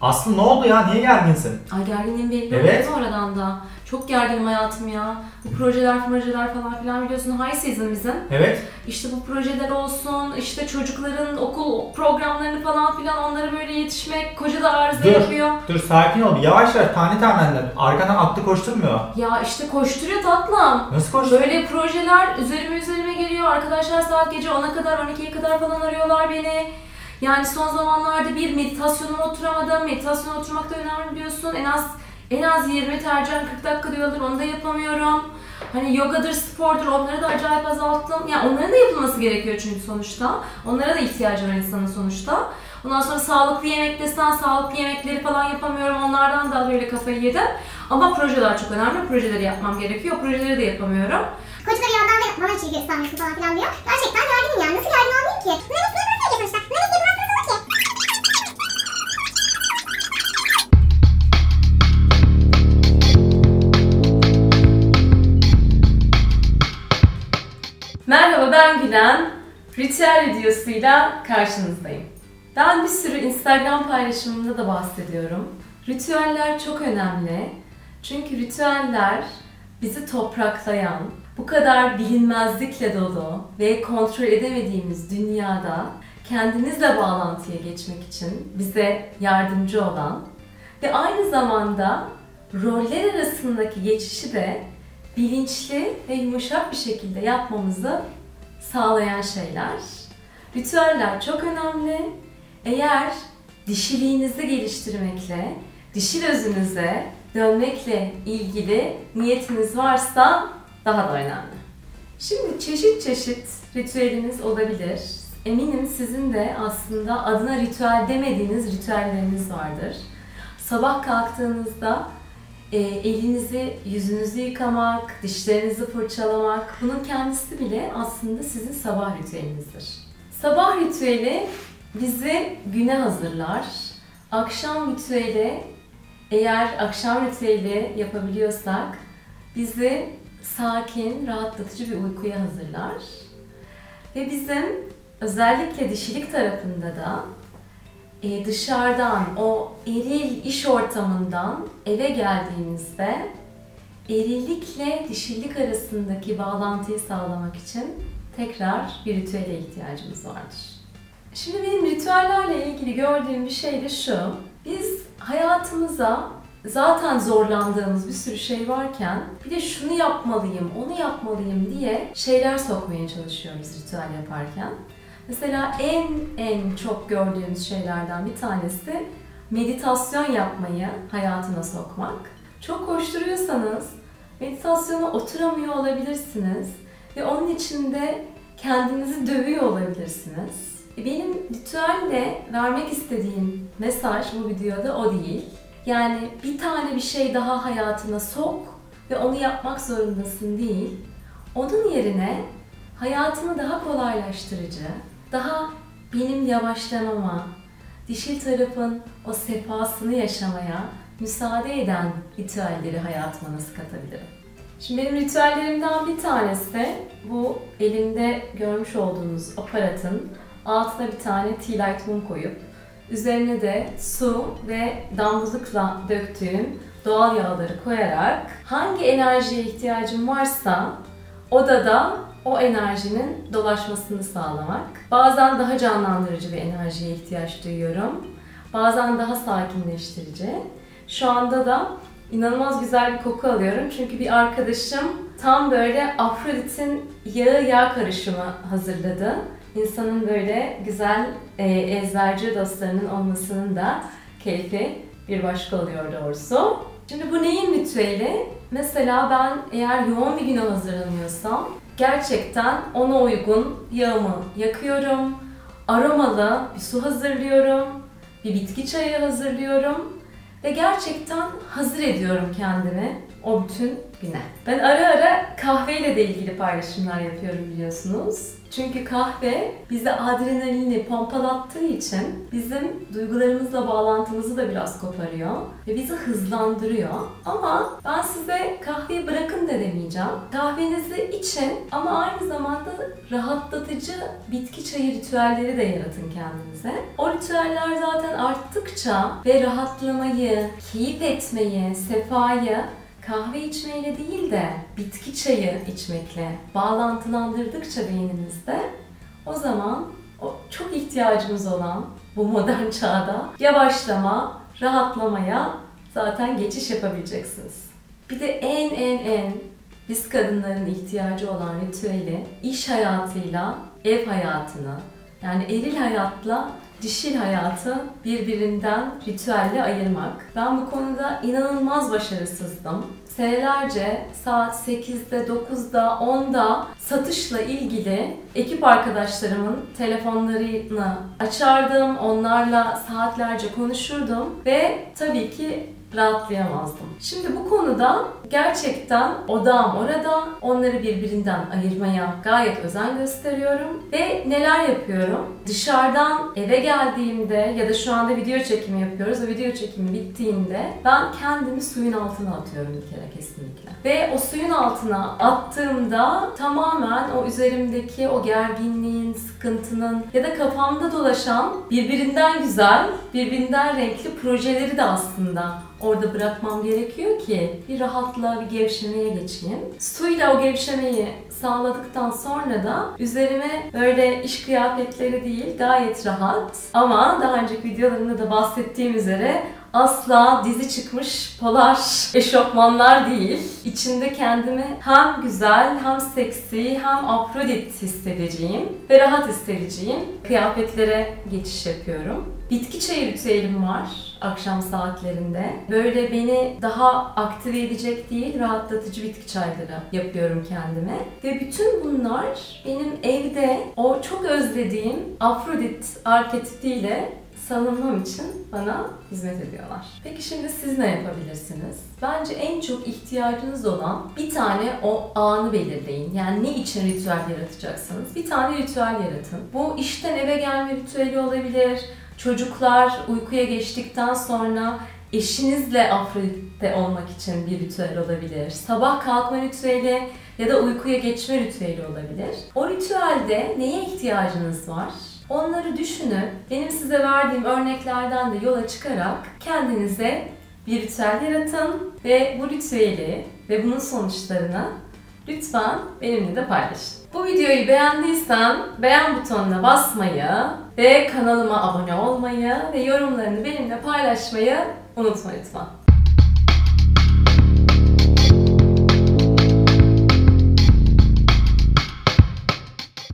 Aslı ne oldu ya? Niye gerginsin? Ay gerginliğim belli Evet. oldu oradan da. Çok gerginim hayatım ya. Bu projeler falan filan biliyorsun high season bizim. Evet. İşte bu projeler olsun, işte çocukların okul programlarını falan filan onlara böyle yetişmek, koca da arıza yapıyor. Dur sakin ol. Yavaş yavaş tane tane. Arkadan atlı koşturmuyor. Ya işte koşturuyor tatlım. Nasıl koşturuyor? Böyle projeler üzerime geliyor. Arkadaşlar saat gece 10'a kadar, 12'ye kadar falan arıyorlar beni. Yani son zamanlarda bir meditasyonuma oturamadım. Meditasyona oturmak da önemli biliyorsun. En az 20 tercihen 40 dakika diyorlar. Onu da yapamıyorum. Hani yogadır, spordur onları da acayip azalttım. Yani onların da yapılması gerekiyor çünkü sonuçta. Onlara da ihtiyacı var insanın sonuçta. Ondan sonra sağlıklı yemek desen sağlıklı yemekleri falan yapamıyorum. Onlardan da böyle kafayı yedim. Ama projeler çok önemli. Projeleri yapmam gerekiyor. Projeleri de yapamıyorum. Koçları bir yandan da bana çizgi göstermiyorsun falan filan diyor. Gerçekten gerginim yani. Nasıl gergin olmayayım ki? Neresi sonuçta? Neresi bir hafta ki? Merhaba ben Gülen. Ritüel videosuyla karşınızdayım. Ben bir sürü Instagram paylaşımında da bahsediyorum. Ritüeller çok önemli. Çünkü ritüeller bizi topraklayan, bu kadar bilinmezlikle dolu ve kontrol edemediğimiz dünyada kendimizle bağlantıya geçmek için bize yardımcı olan ve aynı zamanda roller arasındaki geçişi de bilinçli ve yumuşak bir şekilde yapmamızı sağlayan şeyler. Ritüeller çok önemli. Eğer dişiliğinizi geliştirmekle, dişil özünüze dönmekle ilgili niyetiniz varsa daha da önemli. Şimdi çeşit çeşit ritüeliniz olabilir. Eminim sizin de aslında adına ritüel demediğiniz ritüelleriniz vardır. Sabah kalktığınızda elinizi, yüzünüzü yıkamak, dişlerinizi fırçalamak, bunun kendisi bile aslında sizin sabah ritüelinizdir. Sabah ritüeli bizi güne hazırlar. Akşam ritüeli, eğer akşam ritüeli yapabiliyorsak, bizi sakin, rahatlatıcı bir uykuya hazırlar. Ve bizim özellikle dişilik tarafında da dışarıdan, o eril iş ortamından eve geldiğimizde erillikle dişillik arasındaki bağlantıyı sağlamak için tekrar bir ritüele ihtiyacımız vardır. Şimdi benim ritüellerle ilgili gördüğüm bir şey de şu. Biz hayatımıza zaten zorlandığımız bir sürü şey varken bir de şunu yapmalıyım, onu yapmalıyım diye şeyler sokmaya çalışıyoruz ritüel yaparken. Mesela en çok gördüğümüz şeylerden bir tanesi meditasyon yapmayı hayatına sokmak. Çok koşturuyorsanız meditasyona oturamıyor olabilirsiniz ve onun için de kendinizi dövüyor olabilirsiniz. Benim ritüelle vermek istediğim mesaj bu videoda o değil. Yani bir tane bir şey daha hayatına sok ve onu yapmak zorundasın değil. Onun yerine hayatını daha kolaylaştırıcı, daha benim yavaşlamama, dişil tarafın o sefasını yaşamaya müsaade eden ritüelleri hayatıma nasıl katabilirim? Şimdi benim ritüellerimden bir tanesi bu elimde görmüş olduğunuz aparatın altına bir tane tea light mum koyup üzerine de su ve damlalıkla döktüğüm doğal yağları koyarak hangi enerjiye ihtiyacım varsa odada o enerjinin dolaşmasını sağlamak. Bazen daha canlandırıcı bir enerjiye ihtiyaç duyuyorum. Bazen daha sakinleştirici. Şu anda da inanılmaz güzel bir koku alıyorum. Çünkü bir arkadaşım tam böyle Afrodit'in yağ karışımı hazırladı. İnsanın böyle güzel eczacı dostlarının olmasının da keyfi bir başka oluyor doğrusu. Şimdi bu neyin ritüeli? Mesela ben eğer yoğun bir güne hazırlanıyorsam gerçekten ona uygun yağımı yakıyorum, aromalı bir su hazırlıyorum, bir bitki çayı hazırlıyorum ve gerçekten hazır ediyorum kendimi o bütün güne. Ben ara ara kahveyle de ilgili paylaşımlar yapıyorum biliyorsunuz. Çünkü kahve bize adrenalini pompalattığı için bizim duygularımızla bağlantımızı da biraz koparıyor ve bizi hızlandırıyor. Ama ben size kahveyi bırakın da demeyeceğim. Kahvenizi için ama aynı zamanda rahatlatıcı bitki çayı ritüelleri de yaratın kendinize. O ritüeller zaten arttıkça ve rahatlamayı, keyif etmeyi, sefayı kahve içmeyle değil de bitki çayı içmekle bağlantılandırdıkça beyninizde o zaman o çok ihtiyacımız olan bu modern çağda yavaşlama, rahatlamaya zaten geçiş yapabileceksiniz. Bir de en biz kadınların ihtiyacı olan ritüeli iş hayatıyla ev hayatını, yani eril hayatla dişil hayatı birbirinden ritüelle ayırmak. Ben bu konuda inanılmaz başarısızdım. Senelerce saat 8'de, 9'da, 10'da satışla ilgili ekip arkadaşlarımın telefonlarını açardım. Onlarla saatlerce konuşurdum ve tabii ki rahatlayamazdım. Şimdi bu konuda gerçekten odağım orada. Onları birbirinden ayırmaya gayet özen gösteriyorum. Ve neler yapıyorum? Dışarıdan eve geldiğimde ya da şu anda video çekimi yapıyoruz. O video çekimi bittiğinde ben kendimi suyun altına atıyorum bir kere kesinlikle. Ve o suyun altına attığımda tamamen o üzerimdeki o gerginliğin, sıkıntının ya da kafamda dolaşan birbirinden güzel, birbirinden renkli projeleri de aslında orada bırakmam gerekiyor ki bir rahatla, bir gevşemeye geçeyim. Suyla o gevşemeyi sağladıktan sonra da üzerime böyle iş kıyafetleri değil, gayet rahat ama daha önceki videolarımda da bahsettiğim üzere asla dizi çıkmış polar eşofmanlar değil. İçinde kendimi hem güzel, hem seksi, hem afrodit hissedeceğim ve rahat hissedeceğim kıyafetlere geçiş yapıyorum. Bitki çayı ritüelim var akşam saatlerinde. Böyle beni daha aktive edecek değil, rahatlatıcı bitki çayları yapıyorum kendime. Ve bütün bunlar benim evde o çok özlediğim afrodit arketipiyle savunmam için bana hizmet ediyorlar. Peki şimdi siz ne yapabilirsiniz? Bence en çok ihtiyacınız olan bir tane o anı belirleyin. Yani ne için ritüel yaratacaksınız? Bir tane ritüel yaratın. Bu işten eve gelme ritüeli olabilir. Çocuklar uykuya geçtikten sonra eşinizle afrodite olmak için bir ritüel olabilir. Sabah kalkma ritüeli ya da uykuya geçme ritüeli olabilir. O ritüelde neye ihtiyacınız var? Onları düşünüp benim size verdiğim örneklerden de yola çıkarak kendinize bir ritüel yaratın ve bu ritüeli ve bunun sonuçlarını lütfen benimle de paylaşın. Bu videoyu beğendiysen beğen butonuna basmayı ve kanalıma abone olmayı ve yorumlarını benimle paylaşmayı unutma lütfen.